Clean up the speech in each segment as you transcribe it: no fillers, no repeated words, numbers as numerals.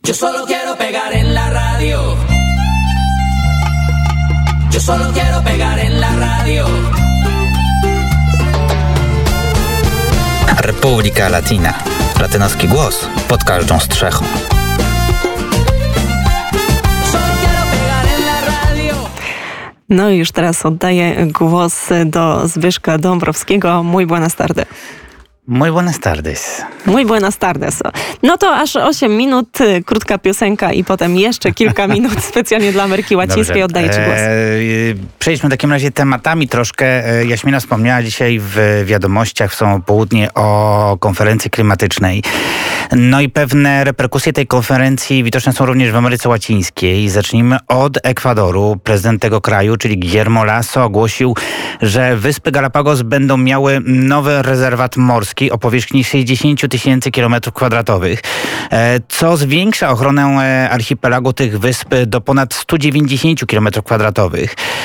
Yo solo quiero pegar en la radio. Yo solo quiero pegar en la radio. Republika Latina. Latynoski głos pod każdą strzechą. No i już teraz oddaję głos do Zbyszka Dąbrowskiego. Muy buenas tardes. Muy buenas tardes. Muy buenas tardes. No to aż 8 minut, krótka piosenka i potem jeszcze kilka minut specjalnie dla Ameryki Łacińskiej. Oddaję Ci głos. Przejdźmy w takim razie tematami troszkę. Jaśmina wspomniała dzisiaj w wiadomościach w samo południe o konferencji klimatycznej. No i pewne reperkusje tej konferencji widoczne są również w Ameryce Łacińskiej. Zacznijmy od Ekwadoru. Prezydent tego kraju, czyli Guillermo Lasso, ogłosił, że Wyspy Galapagos będą miały nowy rezerwat morski o powierzchni 60 000 km², co zwiększa ochronę archipelagu tych wysp do ponad 190 km².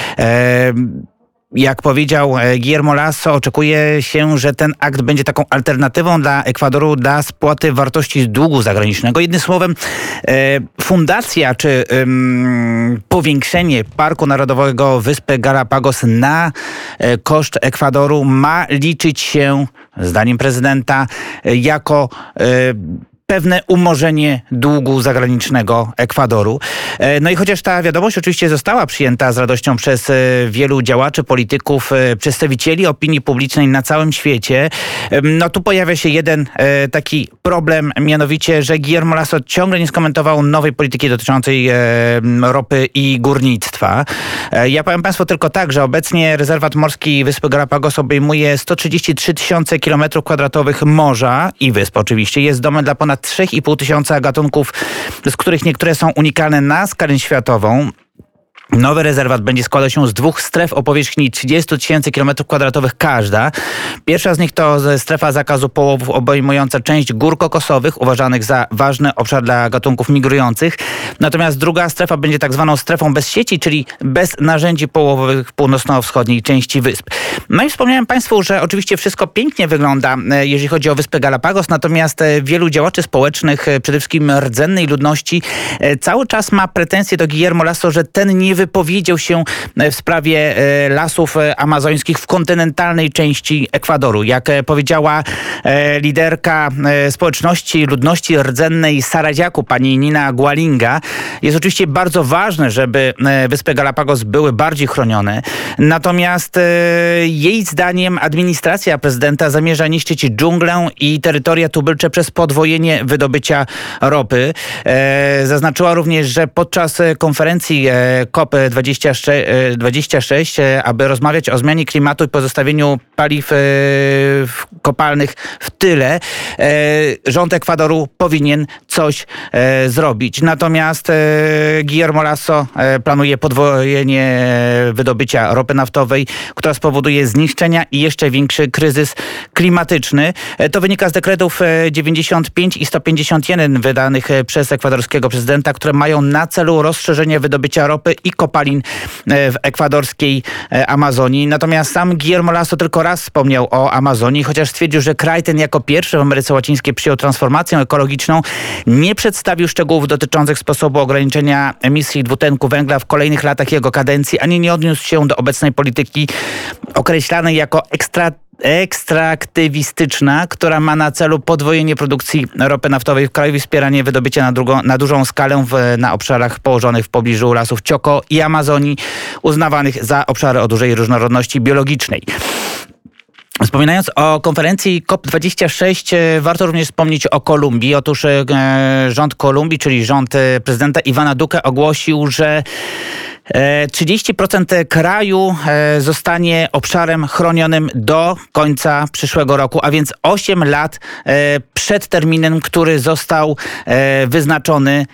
Jak powiedział Guillermo Lasso, oczekuje się, że ten akt będzie taką alternatywą dla Ekwadoru dla spłaty wartości długu zagranicznego. Jednym słowem, fundacja czy powiększenie Parku Narodowego Wyspy Galapagos na koszt Ekwadoru ma liczyć się, zdaniem prezydenta, jako pewne umorzenie długu zagranicznego Ekwadoru. No i chociaż ta wiadomość oczywiście została przyjęta z radością przez wielu działaczy, polityków, przedstawicieli opinii publicznej na całym świecie, no tu pojawia się jeden taki problem, mianowicie, że Guillermo Lasso ciągle nie skomentował nowej polityki dotyczącej ropy i górnictwa. Ja powiem Państwu tylko tak, że obecnie rezerwat morski Wyspy Galapagos obejmuje 133 000 km² morza i wysp oczywiście. Jest domem dla ponad 3,5 tysiąca gatunków, z których niektóre są unikalne na skalę światową. Nowy rezerwat będzie składał się z 2 stref o powierzchni 30 000 km² każda. Pierwsza z nich to strefa zakazu połowów obejmująca część gór kokosowych, uważanych za ważny obszar dla gatunków migrujących. Natomiast druga strefa będzie tak zwaną strefą bez sieci, czyli bez narzędzi połowowych w północno-wschodniej części wysp. No i wspomniałem Państwu, że oczywiście wszystko pięknie wygląda, jeżeli chodzi o Wyspę Galapagos, natomiast wielu działaczy społecznych, przede wszystkim rdzennej ludności, cały czas ma pretensje do Guillermo Lasso, że ten nie wypowiedział się w sprawie lasów amazońskich w kontynentalnej części Ekwadoru. Jak powiedziała liderka społeczności, ludności rdzennej Sarayaku, pani Nina Gualinga, jest oczywiście bardzo ważne, żeby Wyspy Galapagos były bardziej chronione. Natomiast jej zdaniem administracja prezydenta zamierza niszczyć dżunglę i terytoria tubylcze przez podwojenie wydobycia ropy. Zaznaczyła również, że podczas konferencji COP26, aby rozmawiać o zmianie klimatu i pozostawieniu paliw kopalnych w tyle, rząd Ekwadoru powinien coś zrobić. Natomiast Guillermo Lasso planuje podwojenie wydobycia ropy naftowej, która spowoduje zniszczenia i jeszcze większy kryzys klimatyczny. To wynika z dekretów 95 i 151 wydanych przez ekwadorskiego prezydenta, które mają na celu rozszerzenie wydobycia ropy i kopalin w ekwadorskiej Amazonii. Natomiast sam Guillermo Lasso tylko raz wspomniał o Amazonii, chociaż stwierdził, że kraj ten jako pierwszy w Ameryce Łacińskiej przyjął transformację ekologiczną, nie przedstawił szczegółów dotyczących sposobu ograniczenia emisji dwutlenku węgla w kolejnych latach jego kadencji, ani nie odniósł się do obecnej polityki określanej jako ekstraktywistyczna, która ma na celu podwojenie produkcji ropy naftowej w kraju i wspieranie wydobycia na dużą skalę na obszarach położonych w pobliżu lasów Choco i Amazonii, uznawanych za obszary o dużej różnorodności biologicznej. Wspominając o konferencji COP26, warto również wspomnieć o Kolumbii. Otóż rząd Kolumbii, czyli rząd prezydenta Ivana Duque, ogłosił, że 30% kraju zostanie obszarem chronionym do końca przyszłego roku, a więc 8 lat przed terminem, który został wyznaczony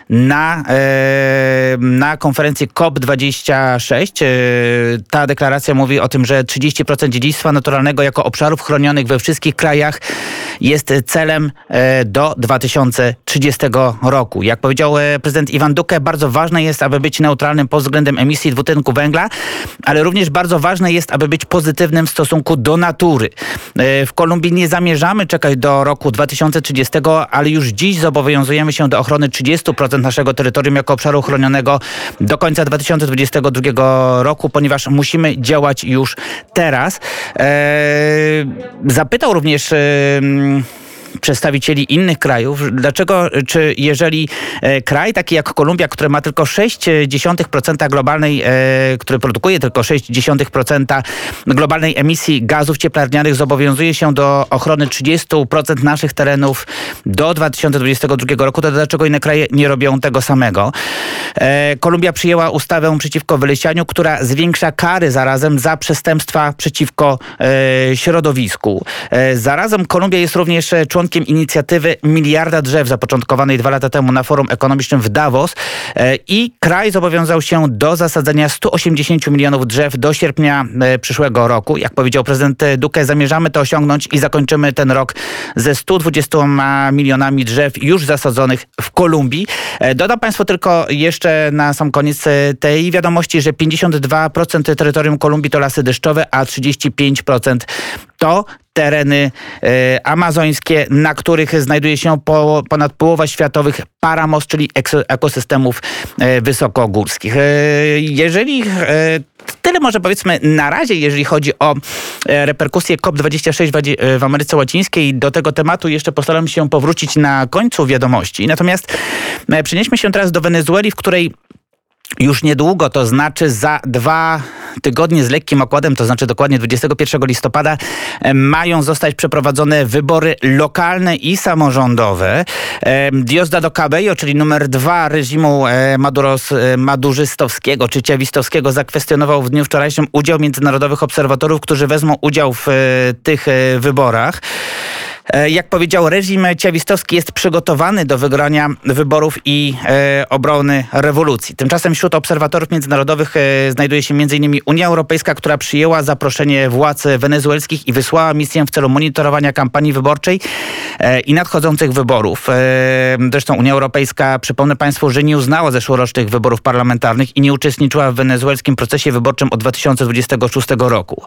na konferencji COP26. Ta deklaracja mówi o tym, że 30% dziedzictwa naturalnego jako obszarów chronionych we wszystkich krajach jest celem do 2030 roku. Jak powiedział prezydent Ivan Duque, bardzo ważne jest, aby być neutralnym pod względem emisji dwutlenku węgla, ale również bardzo ważne jest, aby być pozytywnym w stosunku do natury. W Kolumbii nie zamierzamy czekać do roku 2030, ale już dziś zobowiązujemy się do ochrony 30% naszego terytorium jako obszaru chronionego do końca 2022 roku, ponieważ musimy działać już teraz. Zapytał również przedstawicieli innych krajów, dlaczego, czy jeżeli kraj taki jak Kolumbia, który ma tylko 0,6% globalnej, który produkuje tylko 0,6% globalnej emisji gazów cieplarnianych, zobowiązuje się do ochrony 30% naszych terenów do 2022 roku, to dlaczego inne kraje nie robią tego samego? Kolumbia przyjęła ustawę przeciwko wylesianiu, która zwiększa kary zarazem za przestępstwa przeciwko środowisku. Zarazem Kolumbia jest również członkiem inicjatywy Miliarda Drzew, zapoczątkowanej 2 lata temu na forum ekonomicznym w Davos, i kraj zobowiązał się do zasadzenia 180 milionów drzew do sierpnia przyszłego roku. Jak powiedział prezydent Duque, zamierzamy to osiągnąć i zakończymy ten rok ze 120 milionami drzew już zasadzonych w Kolumbii. Dodam Państwu tylko jeszcze na sam koniec tej wiadomości, że 52% terytorium Kolumbii to lasy deszczowe, a 35% to tereny amazońskie, na których znajduje się ponad połowa światowych paramos, czyli ekosystemów wysokogórskich. Jeżeli tyle może powiedzmy na razie, jeżeli chodzi o reperkusje COP26 w Ameryce Łacińskiej. Do tego tematu jeszcze postaram się powrócić na końcu wiadomości. Natomiast przenieśmy się teraz do Wenezueli, w której już niedługo, to znaczy za 2 tygodnie z lekkim okładem, to znaczy dokładnie 21 listopada, mają zostać przeprowadzone wybory lokalne i samorządowe. Diosdado Cabello, czyli numer 2 reżimu madurzystowskiego czy ciawistowskiego, zakwestionował w dniu wczorajszym udział międzynarodowych obserwatorów, którzy wezmą udział w tych wyborach. Jak powiedział, reżim ciawistowski jest przygotowany do wygrania wyborów i obrony rewolucji. Tymczasem wśród obserwatorów międzynarodowych znajduje się m.in. Unia Europejska, która przyjęła zaproszenie władz wenezuelskich i wysłała misję w celu monitorowania kampanii wyborczej i nadchodzących wyborów. Zresztą Unia Europejska, przypomnę Państwu, że nie uznała zeszłorocznych wyborów parlamentarnych i nie uczestniczyła w wenezuelskim procesie wyborczym od 2026 roku.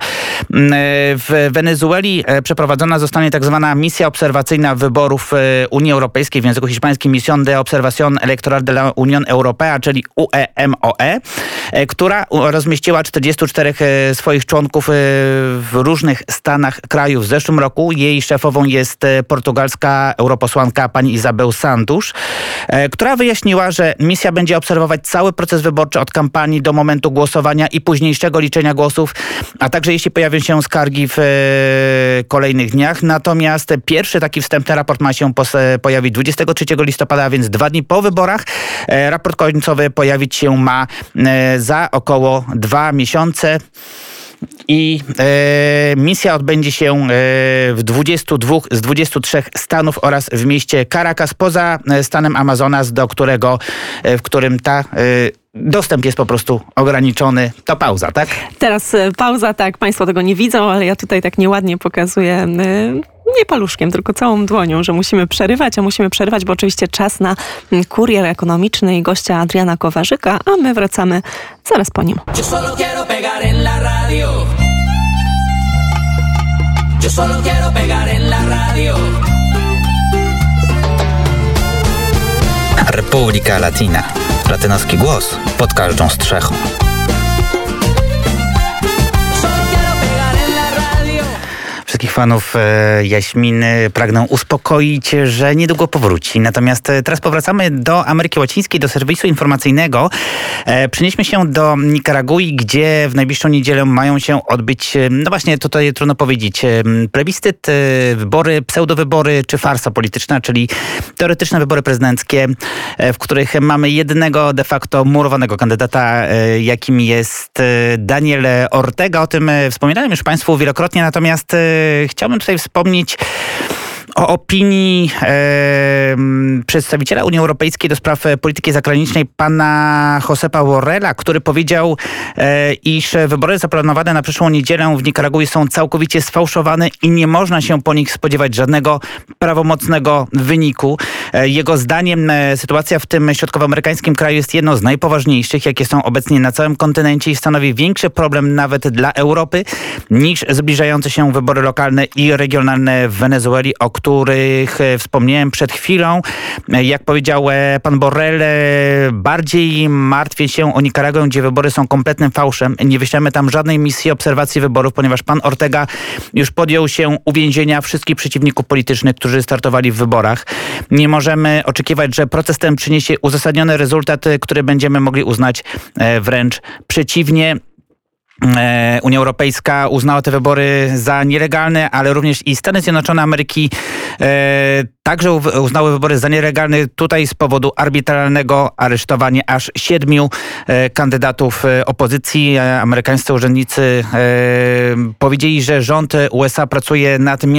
W Wenezueli przeprowadzona zostanie tak zwana misja obserwacyjna wyborów Unii Europejskiej, w języku hiszpańskim Misión de Observación Electoral de la Unión Europea, czyli UEMOE, która rozmieściła 44 swoich członków w różnych stanach kraju w zeszłym roku. Jej szefową jest portugalska europosłanka pani Isabel Santos, która wyjaśniła, że misja będzie obserwować cały proces wyborczy od kampanii do momentu głosowania i późniejszego liczenia głosów, a także jeśli pojawią się skargi w kolejnych dniach. Natomiast pierwszy taki wstępny raport ma się pojawić 23 listopada, a więc 2 dni po wyborach. Raport końcowy pojawić się ma za około 2 miesiące. I misja odbędzie się w 22 z 23 stanów oraz w mieście Caracas, poza stanem Amazonas, w którym dostęp jest po prostu ograniczony. To pauza, tak? Teraz pauza, tak. Państwo tego nie widzą, ale ja tutaj tak nieładnie pokazuję, nie paluszkiem, tylko całą dłonią, że musimy przerywać, bo oczywiście czas na kurier ekonomiczny i gościa Adriana Kowarzyka, a my wracamy zaraz po nim. Yo solo quiero pegar en la radio. Yo solo quiero pegar en la radio. Republika Latina. Latynoski głos pod każdą strzechą. Wszystkich fanów Jaśminy pragnę uspokoić, że niedługo powróci. Natomiast teraz powracamy do Ameryki Łacińskiej, do serwisu informacyjnego. Przenieśmy się do Nikaragui, gdzie w najbliższą niedzielę mają się odbyć, no właśnie tutaj trudno powiedzieć, plebiscyt, wybory, pseudowybory czy farsa polityczna, czyli teoretyczne wybory prezydenckie, w których mamy jednego de facto murowanego kandydata, jakim jest Daniel Ortega. O tym wspominałem już Państwu wielokrotnie, natomiast chciałbym tutaj wspomnieć o opinii przedstawiciela Unii Europejskiej do spraw polityki zagranicznej, pana Josepa Borrella, który powiedział, iż wybory zaplanowane na przyszłą niedzielę w Nikaragui są całkowicie sfałszowane i nie można się po nich spodziewać żadnego prawomocnego wyniku. Jego zdaniem sytuacja w tym środkowoamerykańskim kraju jest jedną z najpoważniejszych, jakie są obecnie na całym kontynencie i stanowi większy problem nawet dla Europy niż zbliżające się wybory lokalne i regionalne w Wenezueli, o których wspomniałem przed chwilą. Jak powiedział pan Borrell, bardziej martwię się o Nikaraguę, gdzie wybory są kompletnym fałszem. Nie wyślemy tam żadnej misji obserwacji wyborów, ponieważ pan Ortega już podjął się uwięzienia wszystkich przeciwników politycznych, którzy startowali w wyborach. Nie możemy oczekiwać, że proces ten przyniesie uzasadniony rezultat, który będziemy mogli uznać wręcz przeciwnie. Unia Europejska uznała te wybory za nielegalne, ale również i Stany Zjednoczone Ameryki także uznały wybory za nielegalne tutaj z powodu arbitralnego aresztowania aż 7 kandydatów opozycji. Amerykańscy urzędnicy powiedzieli, że rząd USA pracuje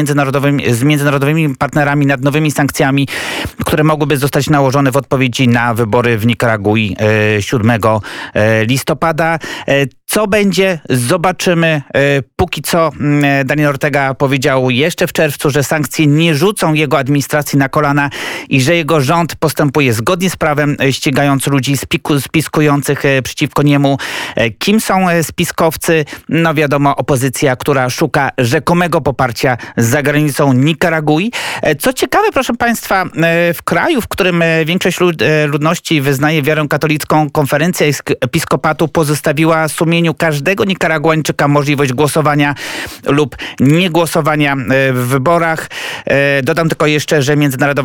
z międzynarodowymi partnerami nad nowymi sankcjami, które mogłyby zostać nałożone w odpowiedzi na wybory w Nikaragui 7 listopada. Co będzie? Zobaczymy. Póki co Daniel Ortega powiedział jeszcze w czerwcu, że sankcje nie rzucą jego administracji na kolana i że jego rząd postępuje zgodnie z prawem, ścigając ludzi spiskujących przeciwko niemu. Kim są spiskowcy? No wiadomo, opozycja, która szuka rzekomego poparcia za granicą Nikaragui. Co ciekawe, proszę państwa, w kraju, w którym większość ludności wyznaje wiarę katolicką, konferencja episkopatu pozostawiła sumieniu każdego Nikaraguańczyka możliwość głosowania lub niegłosowania w wyborach. Dodam tylko jeszcze, że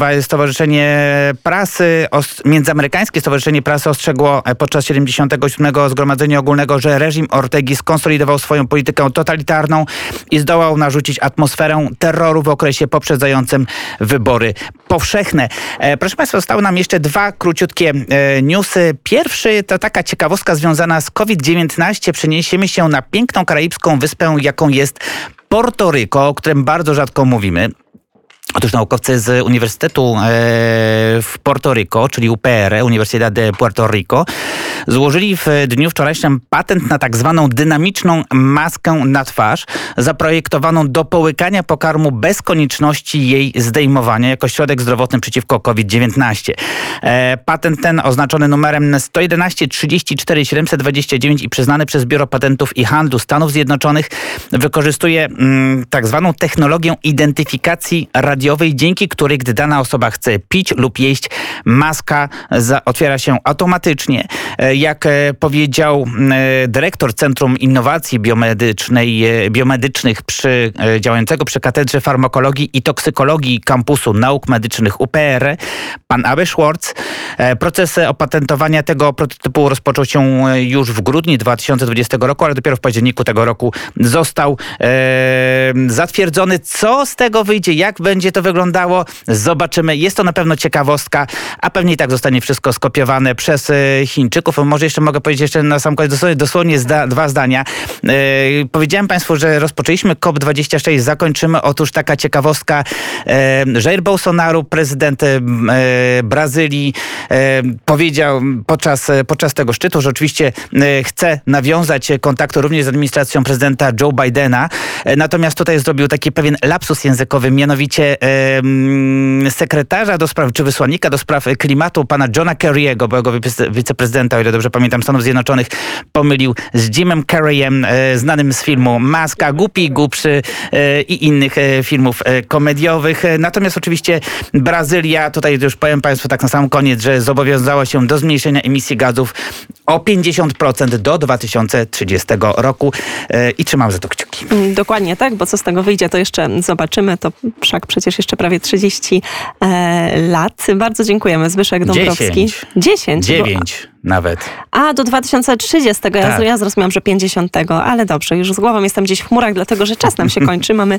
Międzyamerykańskie Stowarzyszenie Prasy ostrzegło podczas 77. Zgromadzenia Ogólnego, że reżim Ortegi skonsolidował swoją politykę totalitarną i zdołał narzucić atmosferę terroru w okresie poprzedzającym wybory powszechne. Proszę państwa, zostały nam jeszcze 2 króciutkie newsy. Pierwszy to taka ciekawostka związana z COVID-19. Przeniesiemy się na piękną karaibską wyspę, jaką jest Porto Rico, o którym bardzo rzadko mówimy. Otóż naukowcy z Uniwersytetu w Porto Rico, czyli UPR, Universidad de Puerto Rico, złożyli w dniu wczorajszym patent na tak zwaną dynamiczną maskę na twarz, zaprojektowaną do połykania pokarmu bez konieczności jej zdejmowania jako środek zdrowotny przeciwko COVID-19. Patent ten, oznaczony numerem 111 34 729 i przyznany przez Biuro Patentów i Handlu Stanów Zjednoczonych, wykorzystuje tak zwaną technologię identyfikacji radiowej, dzięki której, gdy dana osoba chce pić lub jeść, maska otwiera się automatycznie. Jak powiedział dyrektor Centrum Innowacji Biomedycznych działającego przy Katedrze Farmakologii i Toksykologii Kampusu Nauk Medycznych UPR, pan Abe Schwartz, proces opatentowania tego prototypu rozpoczął się już w grudniu 2020 roku, ale dopiero w październiku tego roku został zatwierdzony. Co z tego wyjdzie? Jak będzie to wyglądało? Zobaczymy. Jest to na pewno ciekawostka, a pewnie i tak zostanie wszystko skopiowane przez Chińczyków. Może jeszcze mogę powiedzieć jeszcze na sam koniec dosłownie 2 zdania. Powiedziałem państwu, że rozpoczęliśmy COP26, zakończymy. Otóż taka ciekawostka. Jair Bolsonaro, prezydent Brazylii, powiedział podczas tego szczytu, że oczywiście chce nawiązać kontakty również z administracją prezydenta Joe Bidena. Natomiast tutaj zrobił taki pewien lapsus językowy, mianowicie sekretarza do spraw, czy wysłannika do spraw klimatu, pana Johna Kerry'ego, byłego wiceprezydenta, o ile dobrze pamiętam, Stanów Zjednoczonych, pomylił z Jimem Carreyem, znanym z filmu Maska, Głupi i Głupszy i innych filmów komediowych. Natomiast oczywiście Brazylia, tutaj już powiem państwu tak na sam koniec, że zobowiązała się do zmniejszenia emisji gazów o 50% do 2030 roku i trzymam za to kciuki. Dokładnie tak, bo co z tego wyjdzie, to jeszcze zobaczymy. To wszak przecież jeszcze prawie 30 lat. Bardzo dziękujemy. Zbyszek Dąbrowski. 10. 9 nawet. A, do 2030. Tak. Ja zrozumiałam, że 50. Ale dobrze, już z głową jestem gdzieś w chmurach, dlatego że czas nam się kończy. Mamy